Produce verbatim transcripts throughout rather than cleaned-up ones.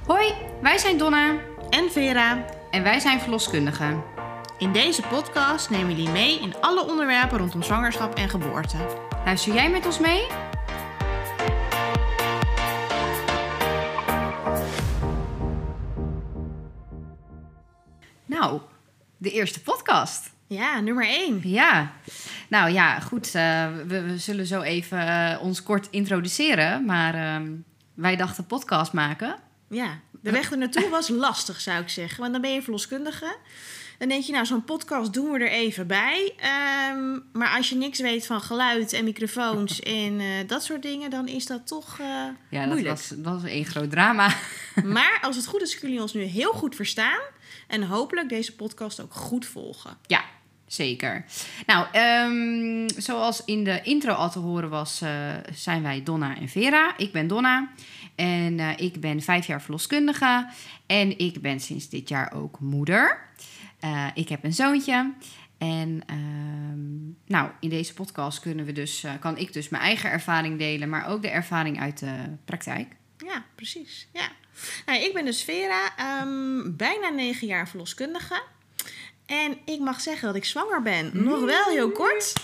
Hoi, wij zijn Donna en Vera. En wij zijn verloskundigen. In deze podcast nemen we jullie mee in alle onderwerpen rondom zwangerschap en geboorte. Luister jij met ons mee? Nou, de eerste podcast. Ja, nummer één. Ja, nou ja, goed. Uh, we, we zullen zo even uh, ons kort introduceren. Maar uh, wij dachten podcast maken. Ja, de weg er naartoe was lastig, zou ik zeggen. Want dan ben je verloskundige. Dan denk je, nou, zo'n podcast doen we er even bij. Um, maar als je niks weet van geluid en microfoons en uh, dat soort dingen, dan is dat toch uh, ja, moeilijk. Ja, dat was, dat was een groot drama. Maar als het goed is, kunnen jullie ons nu heel goed verstaan. En hopelijk deze podcast ook goed volgen. Ja, zeker. Nou, um, zoals in de intro al te horen was, uh, zijn wij Donna en Vera. Ik ben Donna en uh, ik ben vijf jaar verloskundige. En ik ben sinds dit jaar ook moeder. Uh, ik heb een zoontje. En um, nou, in deze podcast kunnen we dus, uh, kan ik dus mijn eigen ervaring delen, maar ook de ervaring uit de praktijk. Ja, precies. Ja. Nou, ik ben dus Vera, um, bijna negen jaar verloskundige. En ik mag zeggen dat ik zwanger ben. Mm. Nog wel heel kort.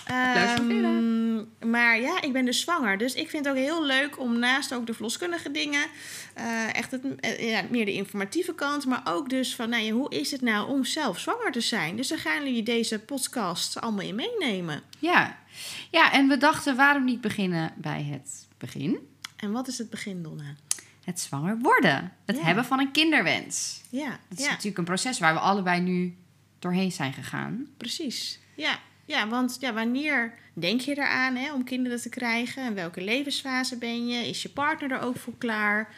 Um, maar ja, ik ben dus zwanger. Dus ik vind het ook heel leuk om naast ook de verloskundige dingen... Uh, echt het, uh, ja, meer de informatieve kant. Maar ook dus van, nou ja, hoe is het nou om zelf zwanger te zijn? Dus daar gaan jullie deze podcast allemaal in meenemen. Ja. Ja, en we dachten, waarom niet beginnen bij het begin? En wat is het begin, Donna? Het zwanger worden. Het ja. hebben van een kinderwens. Ja. Dat is ja. natuurlijk een proces waar we allebei nu doorheen zijn gegaan. Precies, ja. Ja, want ja, wanneer denk je eraan hè, om kinderen te krijgen? En welke levensfase ben je? Is je partner er ook voor klaar?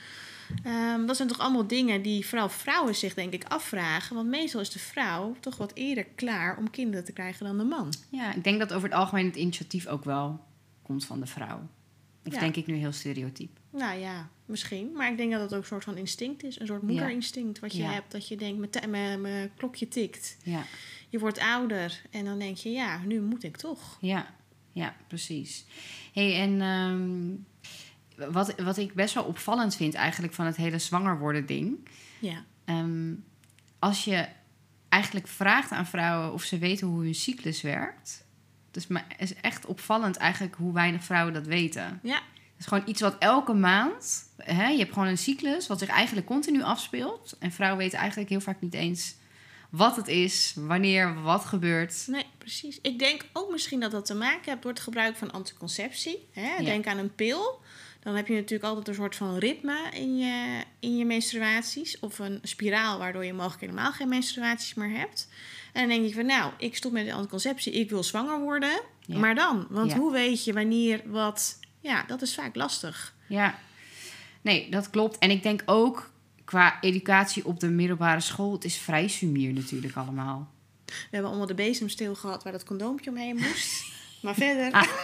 Um, dat zijn toch allemaal dingen die vooral vrouwen zich denk ik afvragen. Want meestal is de vrouw toch wat eerder klaar om kinderen te krijgen dan de man. Ja, ik denk dat over het algemeen het initiatief ook wel komt van de vrouw. Of ja. denk ik nu heel stereotyp? Nou ja, misschien. Maar ik denk dat het ook een soort van instinct is. Een soort moederinstinct wat je ja. hebt. Dat je denkt, mijn klokje tikt. Ja. Je wordt ouder en dan denk je, ja, nu moet ik toch. Ja, ja, precies. Hey, en um, wat, wat ik best wel opvallend vind eigenlijk van het hele zwanger worden ding. Ja. Um, als je eigenlijk vraagt aan vrouwen of ze weten hoe hun cyclus werkt. Dus het is echt opvallend eigenlijk hoe weinig vrouwen dat weten. Ja. Het is gewoon iets wat elke maand... Hè, je hebt gewoon een cyclus wat zich eigenlijk continu afspeelt. En vrouwen weten eigenlijk heel vaak niet eens wat het is, wanneer, wat gebeurt. Nee, precies. Ik denk ook misschien dat dat te maken heeft door het gebruik van anticonceptie. Hè? Ja. Denk aan een pil. Dan heb je natuurlijk altijd een soort van ritme in je, in je menstruaties. Of een spiraal waardoor je mogelijk helemaal geen menstruaties meer hebt. En dan denk je van, nou, ik stop met de anticonceptie. Ik wil zwanger worden. Ja. Maar dan? Want ja. hoe weet je wanneer wat... Ja, dat is vaak lastig. Ja, nee, dat klopt. En ik denk ook qua educatie op de middelbare school... het is vrij sumier natuurlijk allemaal. We hebben allemaal de bezemsteel gehad waar dat condoompje omheen moest. Maar verder... Ah.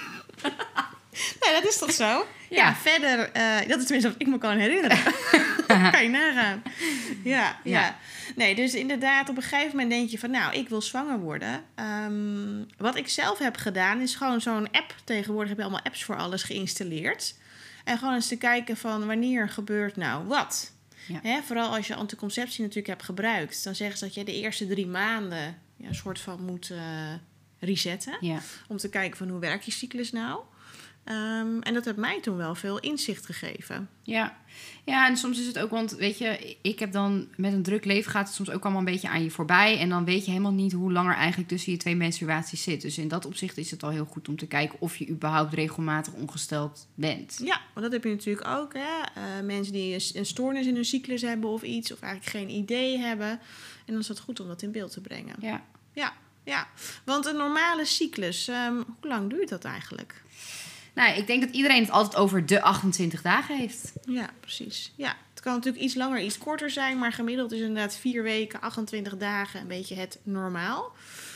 Nee, dat is toch zo? Ja, ja verder... Uh, dat is tenminste wat ik me kan herinneren. Kan je nagaan. Ja, ja, ja. Nee, dus inderdaad, op een gegeven moment denk je van... nou, ik wil zwanger worden. Um, wat ik zelf heb gedaan, is gewoon zo'n app... Tegenwoordig heb je allemaal apps voor alles geïnstalleerd. En gewoon eens te kijken van wanneer gebeurt nou wat. Ja. Hè, vooral als je anticonceptie natuurlijk hebt gebruikt... dan zeggen ze dat je de eerste drie maanden... Ja, een soort van moet uh, resetten. Ja. Om te kijken van hoe werkt je cyclus nou... Um, en dat heeft mij toen wel veel inzicht gegeven. Ja. ja, en soms is het ook, want weet je, ik heb dan met een druk leven gaat het soms ook allemaal een beetje aan je voorbij. En dan weet je helemaal niet hoe lang er eigenlijk tussen je twee menstruaties zit. Dus in dat opzicht is het al heel goed om te kijken of je überhaupt regelmatig ongesteld bent. Ja, maar dat heb je natuurlijk ook. Hè? Uh, mensen die een stoornis in hun cyclus hebben of iets, of eigenlijk geen idee hebben. En dan is het goed om dat in beeld te brengen. Ja. Ja, ja. Want een normale cyclus, um, hoe lang duurt dat eigenlijk? Nou, ik denk dat iedereen het altijd over de achtentwintig dagen heeft. Ja, precies. Ja, het kan natuurlijk iets langer, iets korter zijn... maar gemiddeld is inderdaad vier weken, achtentwintig dagen... een beetje het normaal.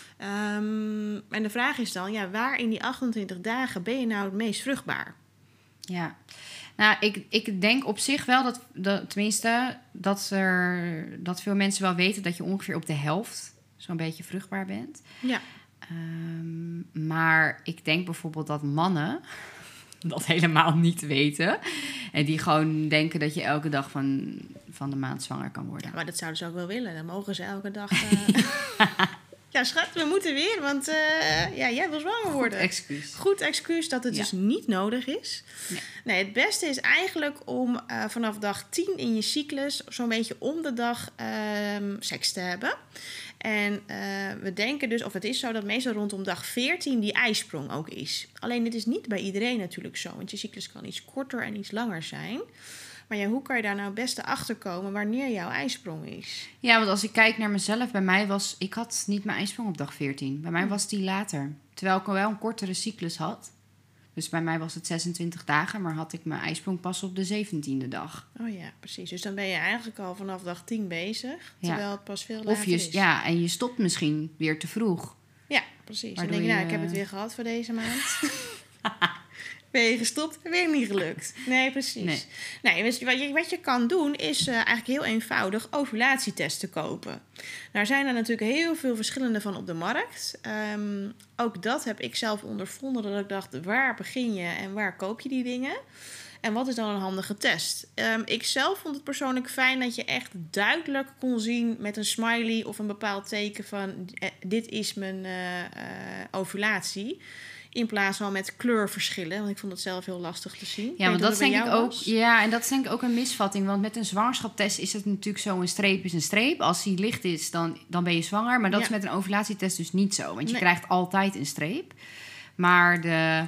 Um, en de vraag is dan, ja, waar in die achtentwintig dagen... ben je nou het meest vruchtbaar? Ja, nou, ik, ik denk op zich wel dat... dat tenminste, dat, er, dat veel mensen wel weten... dat je ongeveer op de helft zo'n beetje vruchtbaar bent. Ja. Um, maar ik denk bijvoorbeeld dat mannen... dat helemaal niet weten. En die gewoon denken dat je elke dag van, van de maand zwanger kan worden. Ja, maar dat zouden ze ook wel willen. Dan mogen ze elke dag... Uh... ja, schat, we moeten weer, want uh, ja, jij wil zwanger worden. Goed excuus. Goed excuus dat het ja. dus niet nodig is. Nee. nee, het beste is eigenlijk om uh, vanaf dag tien in je cyclus... zo'n beetje om de dag uh, seks te hebben. En uh, we denken dus, of het is zo dat meestal rondom dag veertien die ijsprong ook is. Alleen dit is niet bij iedereen natuurlijk zo. Want je cyclus kan iets korter en iets langer zijn. Maar ja, hoe kan je daar nou het beste achter komen wanneer jouw ijsprong is? Ja, want als ik kijk naar mezelf, bij mij was... Ik had niet mijn ijsprong op dag veertien. Bij mij hm. was die later. Terwijl ik wel een kortere cyclus had. Dus bij mij was het zesentwintig dagen, maar had ik mijn ijsprong pas op de zeventiende dag. Oh ja, precies. Dus dan ben je eigenlijk al vanaf dag tien bezig, terwijl ja. het pas veel later of je, is. Ja, en je stopt misschien weer te vroeg. Ja, precies. En dan denk je, nou, je... ik heb het weer gehad voor deze maand. Ben je gestopt? Weer niet gelukt. Nee, precies. Nee. Nee, dus wat, je, wat je kan doen is uh, eigenlijk heel eenvoudig ovulatietesten kopen. Daar zijn er natuurlijk heel veel verschillende van op de markt. Um, ook dat heb ik zelf ondervonden. Dat ik dacht, waar begin je en waar koop je die dingen? En wat is dan een handige test? Um, ik zelf vond het persoonlijk fijn dat je echt duidelijk kon zien met een smiley of een bepaald teken van eh, dit is mijn uh, uh, ovulatie. In plaats van met kleurverschillen. Want ik vond het zelf heel lastig te zien. Ja, want dat is denk ik ook. Ja, en dat is denk ik ook een misvatting. Want met een zwangerschapstest is het natuurlijk zo: een streep is een streep. Als die licht is, dan, dan ben je zwanger. Maar dat ja. is met een ovulatietest dus niet zo. Want je nee. krijgt altijd een streep. Maar de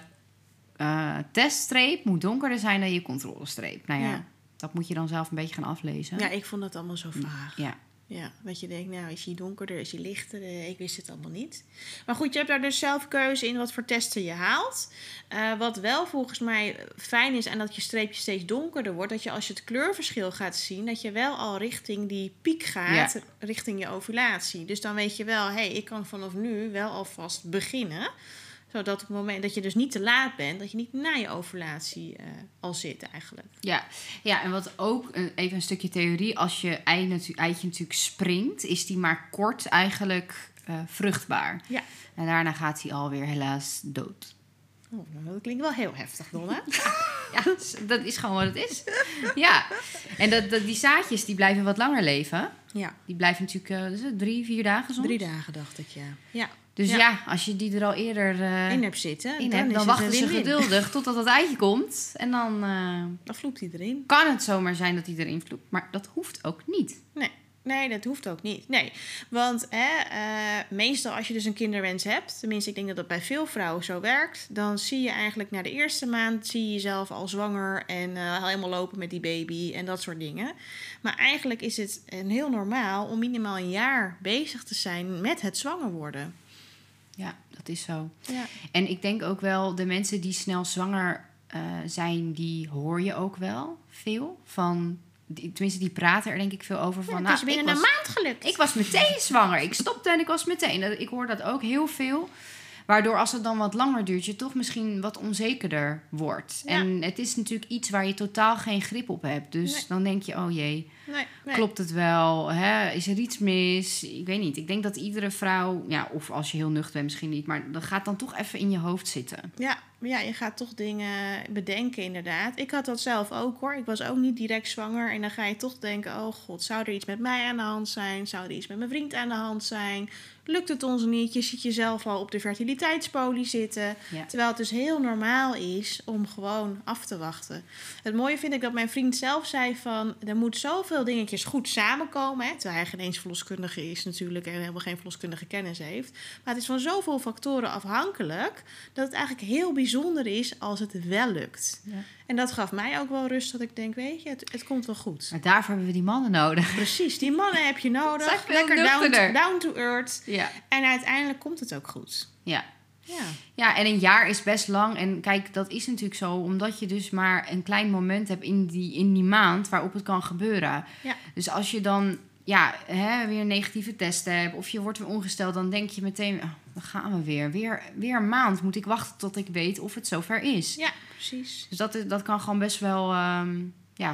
uh, teststreep moet donkerder zijn dan je controlestreep. Nou ja, ja, dat moet je dan zelf een beetje gaan aflezen. Ja, ik vond dat allemaal zo vaag. Ja. Ja, dat je denkt, nou, is hij donkerder, is hij lichter? Ik wist het allemaal niet. Maar goed, je hebt daar dus zelf keuze in wat voor testen je haalt. Uh, wat wel volgens mij fijn is, en dat je streepje steeds donkerder wordt... dat je als je het kleurverschil gaat zien... dat je wel al richting die piek gaat, ja. richting je ovulatie. Dus dan weet je wel, hé, hey, ik kan vanaf nu wel alvast beginnen... zodat op het moment dat je dus niet te laat bent... dat je niet na je ovulatie uh, al zit eigenlijk. Ja. ja, en wat ook, even een stukje theorie... als je ei natu- eitje natuurlijk springt... is die maar kort eigenlijk uh, vruchtbaar. Ja. En daarna gaat hij alweer helaas dood. Oh, dat klinkt wel heel heftig, Donna. Ja, dat is gewoon wat het is. Ja, en dat, dat, die zaadjes die blijven wat langer leven. Ja. Die blijven natuurlijk uh, dus drie, vier dagen soms. Drie dagen, dacht ik, ja. Ja. Dus ja. ja, als je die er al eerder uh, in hebt zitten, in dan, hebt, dan wachten ze geduldig totdat dat eitje komt. En dan, uh, dan vloept hij erin. Kan het zomaar zijn dat hij erin vloept. Maar dat hoeft ook niet. Nee, nee dat hoeft ook niet. Nee, want hè, uh, meestal als je dus een kinderwens hebt... tenminste, ik denk dat dat bij veel vrouwen zo werkt... dan zie je eigenlijk na de eerste maand... zie je jezelf al zwanger en uh, helemaal lopen met die baby en dat soort dingen. Maar eigenlijk is het een heel normaal... om minimaal een jaar bezig te zijn met het zwanger worden... Ja, dat is zo. Ja. En ik denk ook wel, de mensen die snel zwanger uh, zijn, die hoor je ook wel veel. Van, die, tenminste, die praten er denk ik veel over. Van, ja, nou, is binnen ik was, een maand gelukt. Ik was meteen zwanger. Ik stopte en ik was meteen. Ik hoor dat ook heel veel. Waardoor als het dan wat langer duurt, je toch misschien wat onzekerder wordt. Ja. En het is natuurlijk iets waar je totaal geen grip op hebt. Dus nee. dan denk je, oh jee, nee, nee. klopt het wel? Hè? Is er iets mis? Ik weet niet. Ik denk dat iedere vrouw, ja, of als je heel nuchter bent misschien niet... maar dat gaat dan toch even in je hoofd zitten. Ja, ja, je gaat toch dingen bedenken inderdaad. Ik had dat zelf ook hoor. Ik was ook niet direct zwanger. En dan ga je toch denken, oh god, zou er iets met mij aan de hand zijn? Zou er iets met mijn vriend aan de hand zijn? Lukt het ons niet? Je ziet jezelf al op de fertiliteitspolie zitten. Ja. Terwijl het dus heel normaal is om gewoon af te wachten. Het mooie vind ik dat mijn vriend zelf zei van... er moet zoveel dingetjes goed samenkomen. Hè? Terwijl hij geen eens verloskundige is natuurlijk... en helemaal geen verloskundige kennis heeft. Maar het is van zoveel factoren afhankelijk... dat het eigenlijk heel bijzonder is als het wel lukt. Ja. En dat gaf mij ook wel rust dat ik denk... weet je, het, het komt wel goed. Maar daarvoor hebben we die mannen nodig. Precies, die mannen heb je nodig. Lekker down to, down to earth. Ja. En uiteindelijk komt het ook goed. Ja. Ja. ja, en een jaar is best lang. En kijk, dat is natuurlijk zo... omdat je dus maar een klein moment hebt in die, in die maand... waarop het kan gebeuren. Ja. Dus als je dan ja, hè, weer een negatieve test hebt... of je wordt weer ongesteld... dan denk je meteen, oh, dan gaan we weer. weer. Weer een maand moet ik wachten tot ik weet of het zover is. Ja, precies. Dus dat, dat kan gewoon best wel... Um, ja,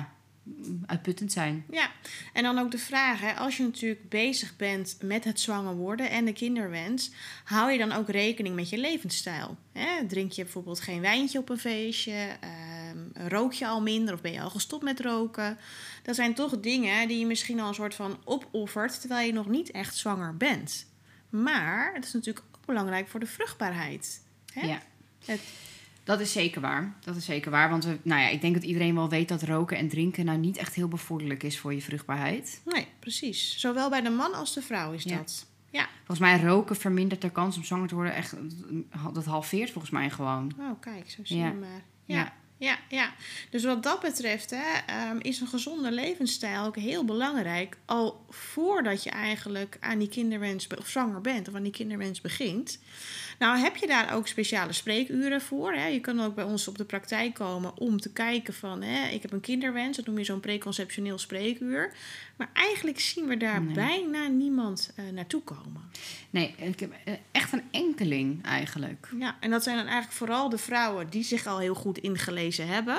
uitputtend zijn. Ja, en dan ook de vraag, hè, als je natuurlijk bezig bent met het zwanger worden en de kinderwens, hou je dan ook rekening met je levensstijl? Hè? Drink je bijvoorbeeld geen wijntje op een feestje? Um, rook je al minder of ben je al gestopt met roken? Dat zijn toch dingen die je misschien al een soort van opoffert terwijl je nog niet echt zwanger bent. Maar het is natuurlijk ook belangrijk voor de vruchtbaarheid. Hè? Ja. Het... Dat is zeker waar. Dat is zeker waar. Want we, nou ja, ik denk dat iedereen wel weet dat roken en drinken nou niet echt heel bevorderlijk is voor je vruchtbaarheid. Nee, precies. Zowel bij de man als de vrouw is Ja. dat. Ja. Volgens mij roken vermindert de kans om zwanger te worden. Echt, dat halveert volgens mij gewoon. Oh, kijk, zo zie Ja. je maar. Ja. Ja. Ja, ja. Dus wat dat betreft hè, um, is een gezonde levensstijl ook heel belangrijk. Al voordat je eigenlijk aan die kinderwens be- of zwanger bent of aan die kinderwens begint. Nou heb je daar ook speciale spreekuren voor. Hè. Je kan ook bij ons op de praktijk komen om te kijken van... Hè, ik heb een kinderwens, dat noem je zo'n preconceptioneel spreekuur. Maar eigenlijk zien we daar Nee. bijna niemand uh, naartoe komen. Nee, ik heb eh, echt een enkeling eigenlijk. Ja, en dat zijn dan eigenlijk vooral de vrouwen die zich al heel goed ingelezen hebben.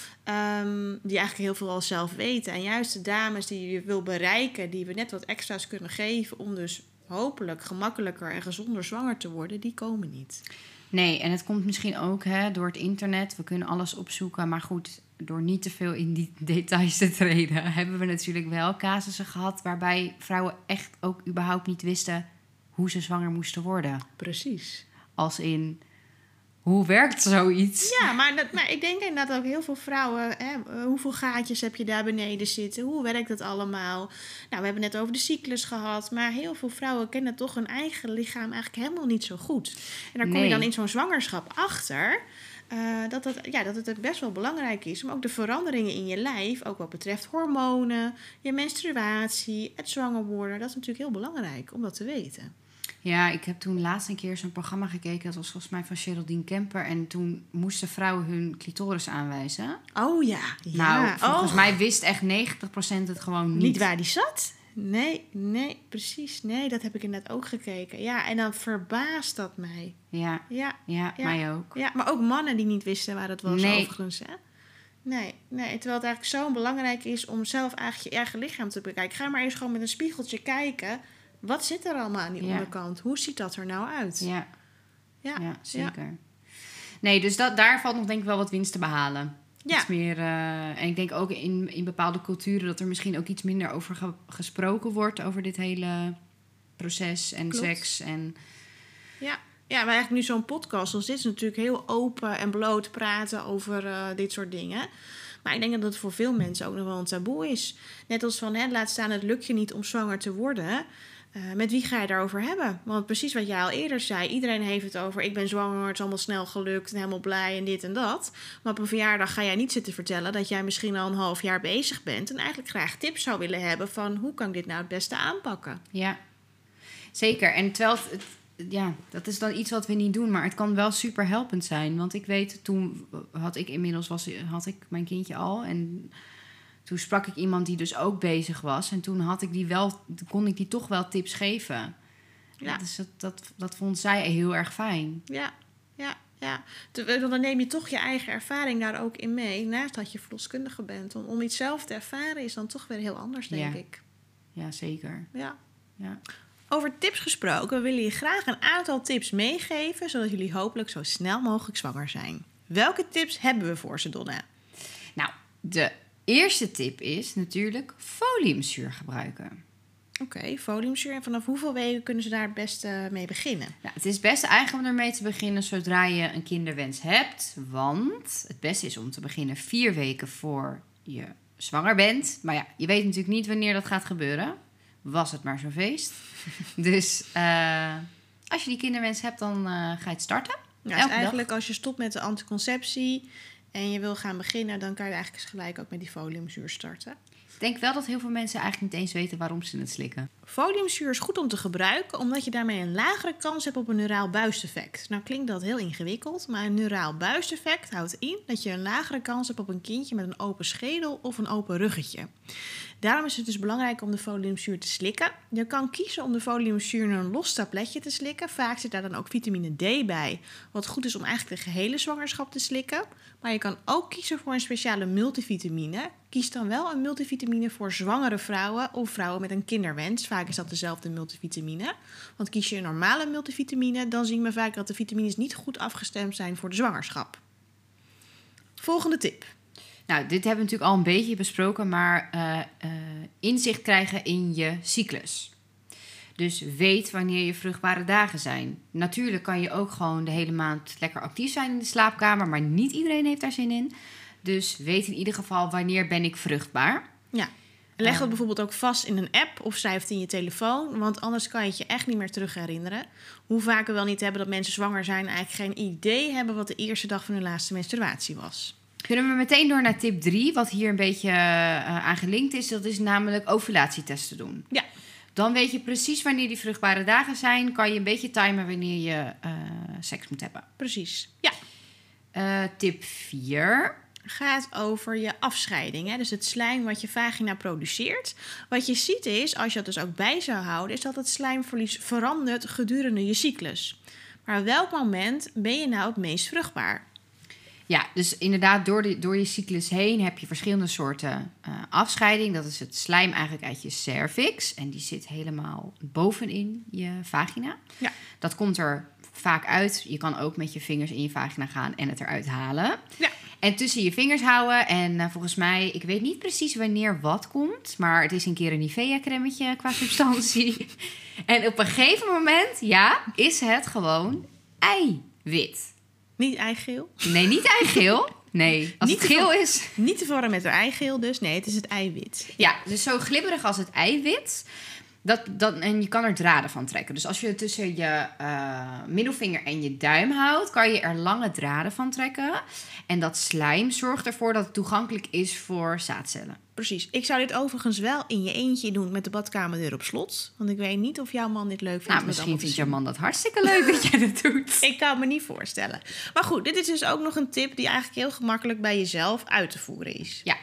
Um, die eigenlijk heel veel al zelf weten. En juist de dames die je wil bereiken, die we net wat extra's kunnen geven om dus hopelijk gemakkelijker en gezonder zwanger te worden, die komen niet. Nee, en het komt misschien ook hè, door het internet. We kunnen alles opzoeken, maar goed, door niet te veel in die details te treden, hebben we natuurlijk wel casussen gehad waarbij vrouwen echt ook überhaupt niet wisten hoe ze zwanger moesten worden. Precies. Als in, hoe werkt zoiets? Ja, maar, dat, maar ik denk inderdaad ook heel veel vrouwen... Hè, hoeveel gaatjes heb je daar beneden zitten? Hoe werkt dat allemaal? Nou, we hebben het net over de cyclus gehad... maar heel veel vrouwen kennen toch hun eigen lichaam eigenlijk helemaal niet zo goed. En daar kom Nee. je dan in zo'n zwangerschap achter... Uh, dat, het, ja, dat het best wel belangrijk is om ook de veranderingen in je lijf... ook wat betreft hormonen, je menstruatie, het zwanger worden... dat is natuurlijk heel belangrijk om dat te weten. Ja, ik heb toen laatst een keer zo'n programma gekeken. Dat was volgens mij van Geraldine Kemper. En toen moesten vrouwen hun clitoris aanwijzen. Oh ja. ja. Nou, volgens oh. mij wist echt negentig procent het gewoon niet. Niet waar die zat? Nee, nee, precies. Nee, dat heb ik inderdaad ook gekeken. Ja, en dan verbaast dat mij. Ja, Ja, ja, Ja. mij ook. ja, maar ook mannen die niet wisten waar het was Nee. overigens. Hè? Nee, nee, terwijl het eigenlijk zo belangrijk is om zelf eigenlijk je eigen lichaam te bekijken. Ga maar eens gewoon met een spiegeltje kijken. Wat zit er allemaal aan die Ja. onderkant? Hoe ziet dat er nou uit? Ja, ja, ja zeker. Nee, dus dat, daar valt nog denk ik wel wat winst te behalen. Ja. Iets meer, uh, en ik denk ook in, in bepaalde culturen... dat er misschien ook iets minder over ge- gesproken wordt... over dit hele proces en Klopt. seks. En... Ja. Ja, maar eigenlijk nu zo'n podcast als dit is natuurlijk heel open en bloot praten over uh, dit soort dingen. Maar ik denk dat het voor veel mensen ook nog wel een taboe is. Net als van, hè, laat staan, het lukt je niet om zwanger te worden. Uh, met wie ga je daarover hebben? Want precies wat jij al eerder zei, iedereen heeft het over... ik ben zwanger, het is allemaal snel gelukt en helemaal blij en dit en dat. Maar op een verjaardag ga jij niet zitten vertellen... dat jij misschien al een half jaar bezig bent... en eigenlijk graag tips zou willen hebben van... hoe kan ik dit nou het beste aanpakken? Ja, zeker. En terwijl het... Ja, dat is dan iets wat we niet doen, maar het kan wel super helpend zijn. Want ik weet, toen had ik inmiddels was, had ik mijn kindje al. En toen sprak ik iemand die dus ook bezig was. En toen had ik die wel, kon ik die toch wel tips geven. Ja. Dus dat, dat, dat vond zij heel erg fijn. Ja, ja, ja. Dan neem je toch je eigen ervaring daar ook in mee. Naast dat je verloskundige bent. Om, om iets zelf te ervaren is dan toch weer heel anders, denk Ja. ik. Ja, zeker. Ja. Ja. Over tips gesproken, we willen je graag een aantal tips meegeven... zodat jullie hopelijk zo snel mogelijk zwanger zijn. Welke tips hebben we voor ze, Donna? Nou, de eerste tip is natuurlijk foliumzuur gebruiken. Oké, okay, foliumzuur. En vanaf hoeveel weken kunnen ze daar het beste mee beginnen? Nou, het is het beste eigenlijk om ermee te beginnen zodra je een kinderwens hebt. Want het beste is om te beginnen vier weken voor je zwanger bent. Maar ja, je weet natuurlijk niet wanneer dat gaat gebeuren. Was het maar zo'n feest. Dus uh, als je die kinderwens hebt, dan uh, ga je het starten. Ja, dus eigenlijk dag. Als je stopt met de anticonceptie en je wil gaan beginnen... dan kan je eigenlijk gelijk ook met die foliumzuur starten. Ik denk wel dat heel veel mensen eigenlijk niet eens weten waarom ze het slikken. Foliumzuur is goed om te gebruiken omdat je daarmee een lagere kans hebt op een neuraal buiseffect. Nou klinkt dat heel ingewikkeld, maar een neuraal buiseffect houdt in dat je een lagere kans hebt op een kindje met een open schedel of een open ruggetje. Daarom is het dus belangrijk om de foliumzuur te slikken. Je kan kiezen om de foliumzuur in een los tabletje te slikken. Vaak zit daar dan ook vitamine D bij, wat goed is om eigenlijk de gehele zwangerschap te slikken. Maar je kan ook kiezen voor een speciale multivitamine. Kies dan wel een multivitamine voor zwangere vrouwen of vrouwen met een kinderwens. Vaak is dat dezelfde multivitamine. Want kies je een normale multivitamine, dan zien we vaak dat de vitamines niet goed afgestemd zijn voor de zwangerschap. Volgende tip. Nou, dit hebben we natuurlijk al een beetje besproken, maar uh, uh, inzicht krijgen in je cyclus. Dus weet wanneer je vruchtbare dagen zijn. Natuurlijk kan je ook gewoon de hele maand lekker actief zijn in de slaapkamer, maar niet iedereen heeft daar zin in. Dus weet in ieder geval wanneer ben ik vruchtbaar. Ja, leg dat uh, bijvoorbeeld ook vast in een app of schrijf het in je telefoon, want anders kan je het je echt niet meer terug herinneren. Hoe vaak we wel niet hebben dat mensen zwanger zijn en eigenlijk geen idee hebben wat de eerste dag van hun laatste menstruatie was. Kunnen we meteen door naar tip drie, wat hier een beetje uh, aan gelinkt is. Dat is namelijk ovulatietesten doen. Ja. Dan weet je precies wanneer die vruchtbare dagen zijn. Kan je een beetje timen wanneer je uh, seks moet hebben. Precies, ja. Uh, tip vier. Gaat over je afscheiding. Hè? Dus het slijm wat je vagina produceert. Wat je ziet is, als je dat dus ook bij zou houden, is dat het slijmverlies verandert gedurende je cyclus. Maar op welk moment ben je nou het meest vruchtbaar? Ja, dus inderdaad, door, de, door je cyclus heen heb je verschillende soorten uh, afscheiding. Dat is het slijm eigenlijk uit je cervix. En die zit helemaal bovenin je vagina. Ja. Dat komt er vaak uit. Je kan ook met je vingers in je vagina gaan en het eruit halen. Ja. En tussen je vingers houden. En uh, volgens mij, ik weet niet precies wanneer wat komt. Maar het is een keer een Nivea-cremmetje qua substantie. En op een gegeven moment, ja, is het gewoon eiwit. Niet eigeel? Nee, niet eigeel. Nee, als niet het geel ver- is. Niet te verwarren met haar eigeel dus. Nee, het is het eiwit. Ja, dus zo glibberig als het eiwit. Dat, dat, en je kan er draden van trekken. Dus als je het tussen je uh, middelvinger en je duim houdt, kan je er lange draden van trekken. En dat slijm zorgt ervoor dat het toegankelijk is voor zaadcellen. Precies. Ik zou dit overigens wel in je eentje doen met de badkamerdeur op slot. Want ik weet niet of jouw man dit leuk vindt. Nou, misschien vindt jouw man dat hartstikke leuk dat jij dat doet. Ik kan het me niet voorstellen. Maar goed, dit is dus ook nog een tip die eigenlijk heel gemakkelijk bij jezelf uit te voeren is. Ja.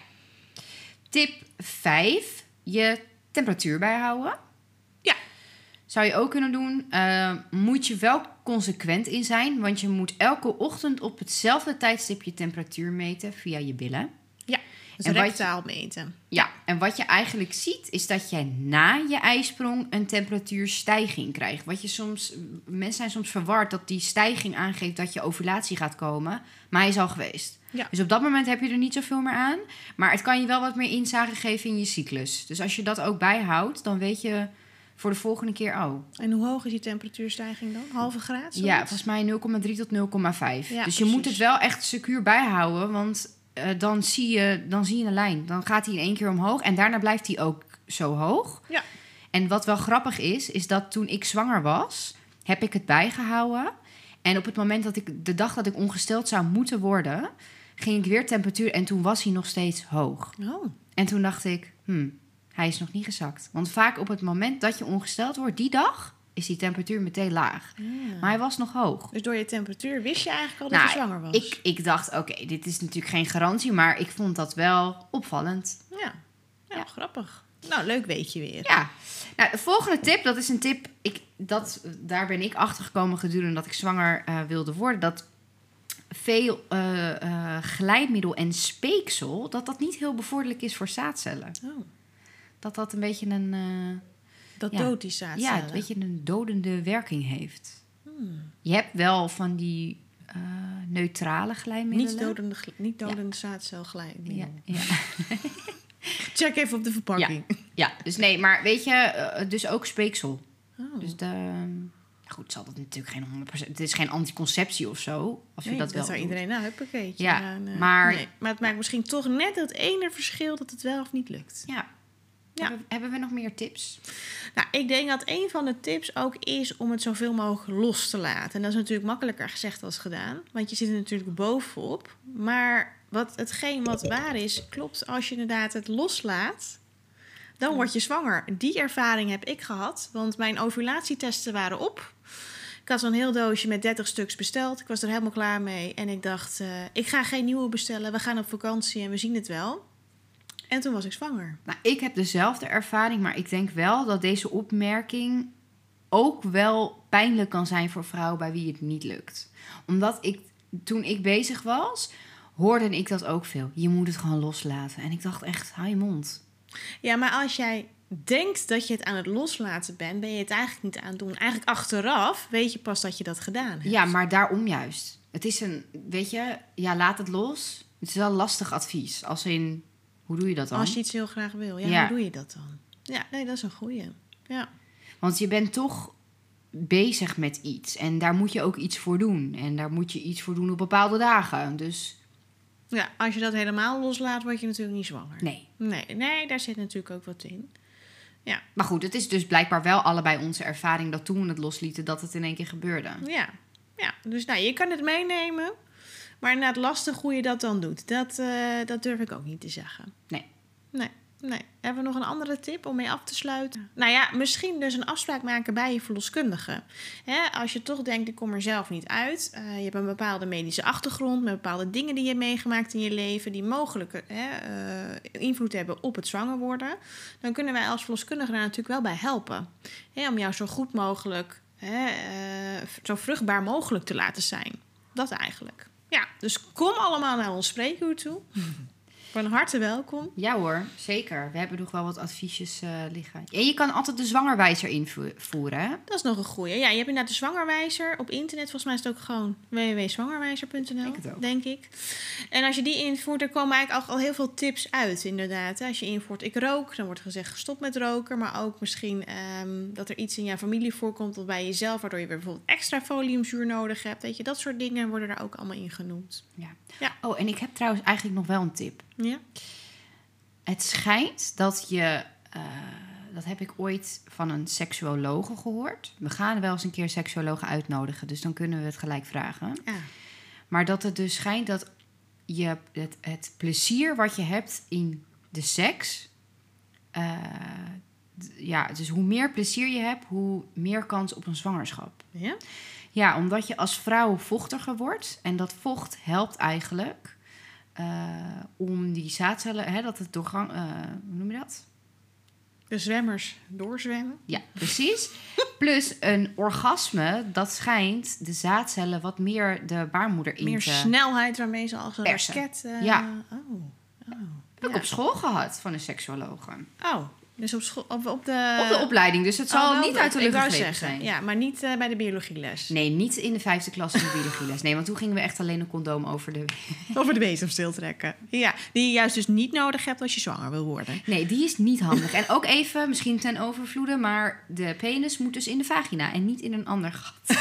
Tip vijf. Je temperatuur bijhouden. Ja. Zou je ook kunnen doen. Uh, moet je wel consequent in zijn. Want je moet elke ochtend op hetzelfde tijdstip je temperatuur meten via je billen. Ja, dus en rectaal meten. Ja, en wat je eigenlijk ziet is dat jij na je ijsprong een temperatuurstijging krijgt. Wat je soms, mensen zijn soms verward dat die stijging aangeeft dat je ovulatie gaat komen. Maar hij is al geweest. Ja. Dus op dat moment heb je er niet zoveel meer aan. Maar het kan je wel wat meer inzage geven in je cyclus. Dus als je dat ook bijhoudt, dan weet je voor de volgende keer, oh. En hoe hoog is die temperatuurstijging dan? Halve graad? Ja, volgens mij nul komma drie tot nul komma vijf. Ja, dus je precies. moet het wel echt secuur bijhouden, want uh, dan, zie je, dan zie je een lijn. Dan gaat hij in één keer omhoog en daarna blijft hij ook zo hoog. Ja. En wat wel grappig is, is dat toen ik zwanger was, heb ik het bijgehouden. En op het moment dat ik, de dag dat ik ongesteld zou moeten worden, ging ik weer temperatuur en toen was hij nog steeds hoog. Oh. En toen dacht ik, hmm, hij is nog niet gezakt. Want vaak op het moment dat je ongesteld wordt, die dag, is die temperatuur meteen laag. Ja. Maar hij was nog hoog. Dus door je temperatuur wist je eigenlijk al dat Nou, je zwanger was? Ik, ik dacht, oké, okay, dit is natuurlijk geen garantie, maar ik vond dat wel opvallend. Ja. Ja, Ja. grappig. Nou, leuk weet je weer. Ja. Nou, de volgende tip, dat is een tip, ik, dat, daar ben ik achter gekomen gedurende dat ik zwanger uh, wilde worden, dat veel uh, uh, glijmiddel en speeksel, dat dat niet heel bevorderlijk is voor zaadcellen. Oh. Dat dat een beetje een, uh, Dat Ja. doodt die zaadcellen. ja, een beetje een dodende werking heeft. Hmm. Je hebt wel van die uh, neutrale glijmiddelen. Niet dodende, gl- niet dodende zaadcelglijmiddel. Ja, ja. Check even op de verpakking. ja, dus nee, maar weet je, uh, dus ook speeksel. Oh. Dus de, goed, zal dat natuurlijk geen honderd procent... Het is geen anticonceptie of zo, als Nee, je dat wel zou doet. iedereen, nou, huppakeetje. Ja, Nou, nee. maar- Nee, maar het maakt misschien toch net dat ene verschil dat het wel of niet lukt. Ja. Ja. Hebben, hebben we nog meer tips? Nou, ik denk dat een van de tips ook is om het zoveel mogelijk los te laten. En dat is natuurlijk makkelijker gezegd als gedaan. Want je zit er natuurlijk bovenop. Maar wat, hetgeen wat waar is, klopt als je inderdaad het loslaat. Dan word je zwanger. Die ervaring heb ik gehad. Want mijn ovulatietesten waren op. Ik had zo'n heel doosje met dertig stuks besteld. Ik was er helemaal klaar mee. En ik dacht, uh, ik ga geen nieuwe bestellen. We gaan op vakantie en we zien het wel. En toen was ik zwanger. Nou, ik heb dezelfde ervaring. Maar ik denk wel dat deze opmerking ook wel pijnlijk kan zijn voor vrouwen bij wie het niet lukt. Omdat ik, toen ik bezig was, hoorde ik dat ook veel. Je moet het gewoon loslaten. En ik dacht echt, hou je mond. Ja, maar als jij denkt dat je het aan het loslaten bent, ben je het eigenlijk niet aan het doen. Eigenlijk achteraf weet je pas dat je dat gedaan hebt. Ja, maar daarom juist. Het is een, weet je, ja, laat het los. Het is wel een lastig advies. Als in, hoe doe je dat dan? Als je iets heel graag wil, ja, ja. hoe doe je dat dan? Ja, nee, dat is een goeie. Ja. Want je bent toch bezig met iets. En daar moet je ook iets voor doen. En daar moet je iets voor doen op bepaalde dagen. Dus ja, als je dat helemaal loslaat, word je natuurlijk niet zwanger. nee. Nee, nee, daar zit natuurlijk ook wat in. Ja. Maar goed, het is dus blijkbaar wel allebei onze ervaring dat toen we het loslieten, dat het in één keer gebeurde. Ja, ja. Dus nou, je kan het meenemen. Maar inderdaad lastig hoe je dat dan doet. Dat, uh, dat durf ik ook niet te zeggen. Nee. Nee. Nee. Hebben we nog een andere tip om mee af te sluiten? Nou ja, misschien dus een afspraak maken bij je verloskundige. Hè, als je toch denkt, ik kom er zelf niet uit. Uh, je hebt een bepaalde medische achtergrond met bepaalde dingen die je hebt meegemaakt in je leven, die mogelijk hè, uh, invloed hebben op het zwanger worden. Dan kunnen wij als verloskundige daar natuurlijk wel bij helpen. Hè, om jou zo goed mogelijk, hè, uh, zo vruchtbaar mogelijk te laten zijn. Dat eigenlijk. Ja, dus kom allemaal naar ons spreekuur toe. Van harte welkom. Ja hoor, zeker. We hebben nog wel wat adviesjes uh, liggen. En je kan altijd de zwangerwijzer invoeren, hè? Dat is nog een goeie. Ja, je hebt inderdaad de zwangerwijzer op internet. Volgens mij is het ook gewoon w w w punt zwangerwijzer punt n l, denk, denk ik. En als je die invoert, dan komen eigenlijk al, al heel veel tips uit, inderdaad. Als je invoert, ik rook, dan wordt gezegd gestop met roken. Maar ook misschien um, dat er iets in jouw familie voorkomt of bij jezelf, waardoor je weer bijvoorbeeld extra foliumzuur nodig hebt. Weet je, dat soort dingen worden daar ook allemaal in genoemd. Ja. Ja. Oh, en ik heb trouwens eigenlijk nog wel een tip. Ja. Het schijnt dat je, uh, dat heb ik ooit van een seksuologe gehoord. We gaan wel eens een keer seksuologen uitnodigen, dus dan kunnen we het gelijk vragen. Ah. Maar dat het dus schijnt dat je het, het plezier wat je hebt in de seks, uh, d- ja, dus hoe meer plezier je hebt, hoe meer kans op een zwangerschap. Ja? Ja, omdat je als vrouw vochtiger wordt en dat vocht helpt eigenlijk. Uh, om die zaadcellen, hè, dat het doorgang, uh, hoe noem je dat? De zwemmers doorzwemmen. Ja, precies. Plus een orgasme, dat schijnt de zaadcellen wat meer de baarmoeder in Meer te snelheid waarmee ze als een persen. raket... Uh, Ja. Oh, oh. Heb ik Ja. op school gehad van een seksuologe. Oh, dus op, school, op, op de... Op de opleiding, dus het zal Oh, wel niet de- uit de ik lucht wou gegrepen zeggen, zijn. Ja, maar niet uh, bij de biologieles. Nee, niet in de vijfde klas in de biologieles. Nee, want toen gingen we echt alleen een condoom over de... Over de bezemsteel trekken. Ja, die je juist dus niet nodig hebt als je zwanger wil worden. Nee, die is niet handig. En ook even, misschien ten overvloede, maar de penis moet dus in de vagina en niet in een ander gat.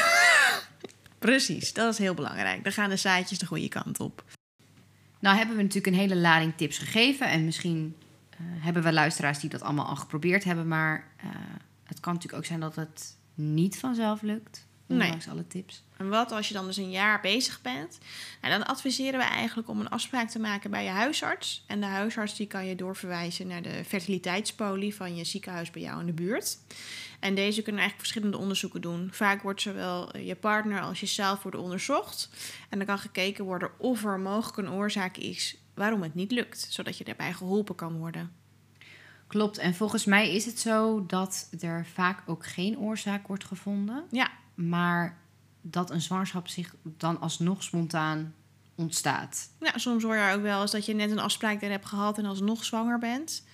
Precies, dat is heel belangrijk. Dan gaan de zaadjes de goede kant op. Nou hebben we natuurlijk een hele lading tips gegeven. En misschien uh, hebben we luisteraars die dat allemaal al geprobeerd hebben. Maar uh, het kan natuurlijk ook zijn dat het niet vanzelf lukt. Ondanks alle tips. En wat als je dan dus een jaar bezig bent? Nou, dan adviseren we eigenlijk om een afspraak te maken bij je huisarts. En de huisarts die kan je doorverwijzen naar de fertiliteitspolie van je ziekenhuis bij jou in de buurt. En deze kunnen eigenlijk verschillende onderzoeken doen. Vaak wordt zowel je partner als jezelf worden onderzocht. En dan kan gekeken worden of er mogelijk een oorzaak is waarom het niet lukt. Zodat je daarbij geholpen kan worden. Klopt. En volgens mij is het zo dat er vaak ook geen oorzaak wordt gevonden. Ja. Maar dat een zwangerschap zich dan alsnog spontaan ontstaat. Ja, soms hoor je ook wel eens dat je net een afspraak daar hebt gehad en alsnog zwanger bent.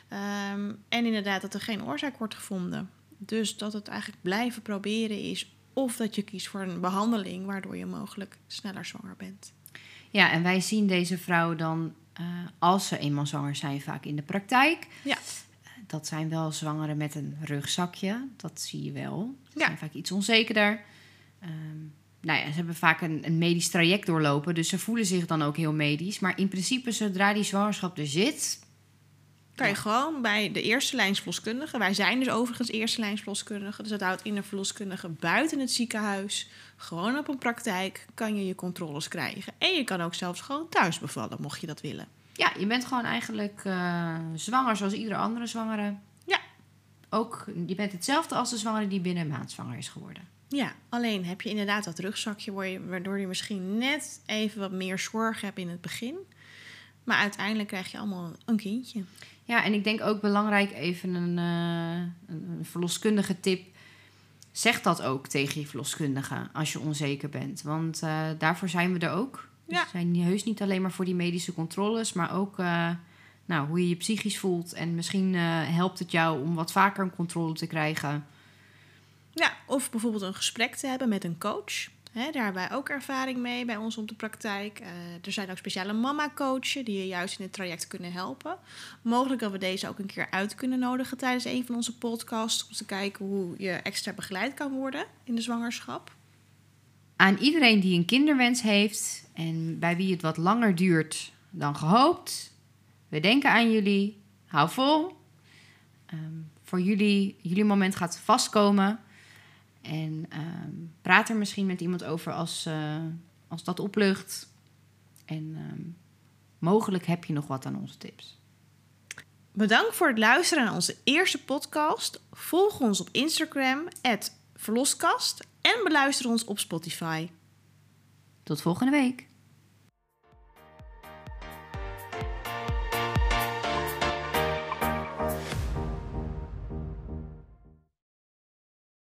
Um, en inderdaad dat er geen oorzaak wordt gevonden. Dus dat het eigenlijk blijven proberen is of dat je kiest voor een behandeling waardoor je mogelijk sneller zwanger bent. Ja, en wij zien deze vrouw dan, uh, als ze eenmaal zwanger zijn, vaak in de praktijk. Ja. Dat zijn wel zwangeren met een rugzakje. Dat zie je wel. Ze Ja. zijn vaak iets onzekerder. Um, nou ja, ze hebben vaak een, een medisch traject doorlopen. Dus ze voelen zich dan ook heel medisch. Maar in principe, zodra die zwangerschap er zit... Kan je Ja. gewoon bij de eerste lijns verloskundige. Wij zijn dus overigens eerste lijns verloskundige. Dus dat houdt in een verloskundige buiten het ziekenhuis. Gewoon op een praktijk kan je je controles krijgen. En je kan ook zelfs gewoon thuis bevallen, mocht je dat willen. Ja, je bent gewoon eigenlijk uh, zwanger zoals iedere andere zwangere. Ja. Ook, je bent hetzelfde als de zwangere die binnen een maand zwanger is geworden. Ja, alleen heb je inderdaad dat rugzakje... waardoor je misschien net even wat meer zorg hebt in het begin. Maar uiteindelijk krijg je allemaal een kindje. Ja, en ik denk ook belangrijk even een, uh, een verloskundige tip. Zeg dat ook tegen je verloskundige als je onzeker bent. Want uh, daarvoor zijn we er ook. Ja. We zijn heus niet alleen maar voor die medische controles... maar ook uh, nou, hoe je je psychisch voelt. En misschien uh, helpt het jou om wat vaker een controle te krijgen. Ja, of bijvoorbeeld een gesprek te hebben met een coach... He, daar hebben wij ook ervaring mee bij ons op de praktijk. Uh, er zijn ook speciale mama-coachen die je juist in het traject kunnen helpen. Mogelijk dat we deze ook een keer uit kunnen nodigen tijdens een van onze podcasts... om te kijken hoe je extra begeleid kan worden in de zwangerschap. Aan iedereen die een kinderwens heeft en bij wie het wat langer duurt dan gehoopt... we denken aan jullie, hou vol. Um, voor jullie, jullie moment gaat vastkomen... En um, praat er misschien met iemand over als, uh, als dat oplucht. En um, mogelijk heb je nog wat aan onze tips. Bedankt voor het luisteren naar onze eerste podcast. Volg ons op Instagram, at verloskast. En beluister ons op Spotify. Tot volgende week.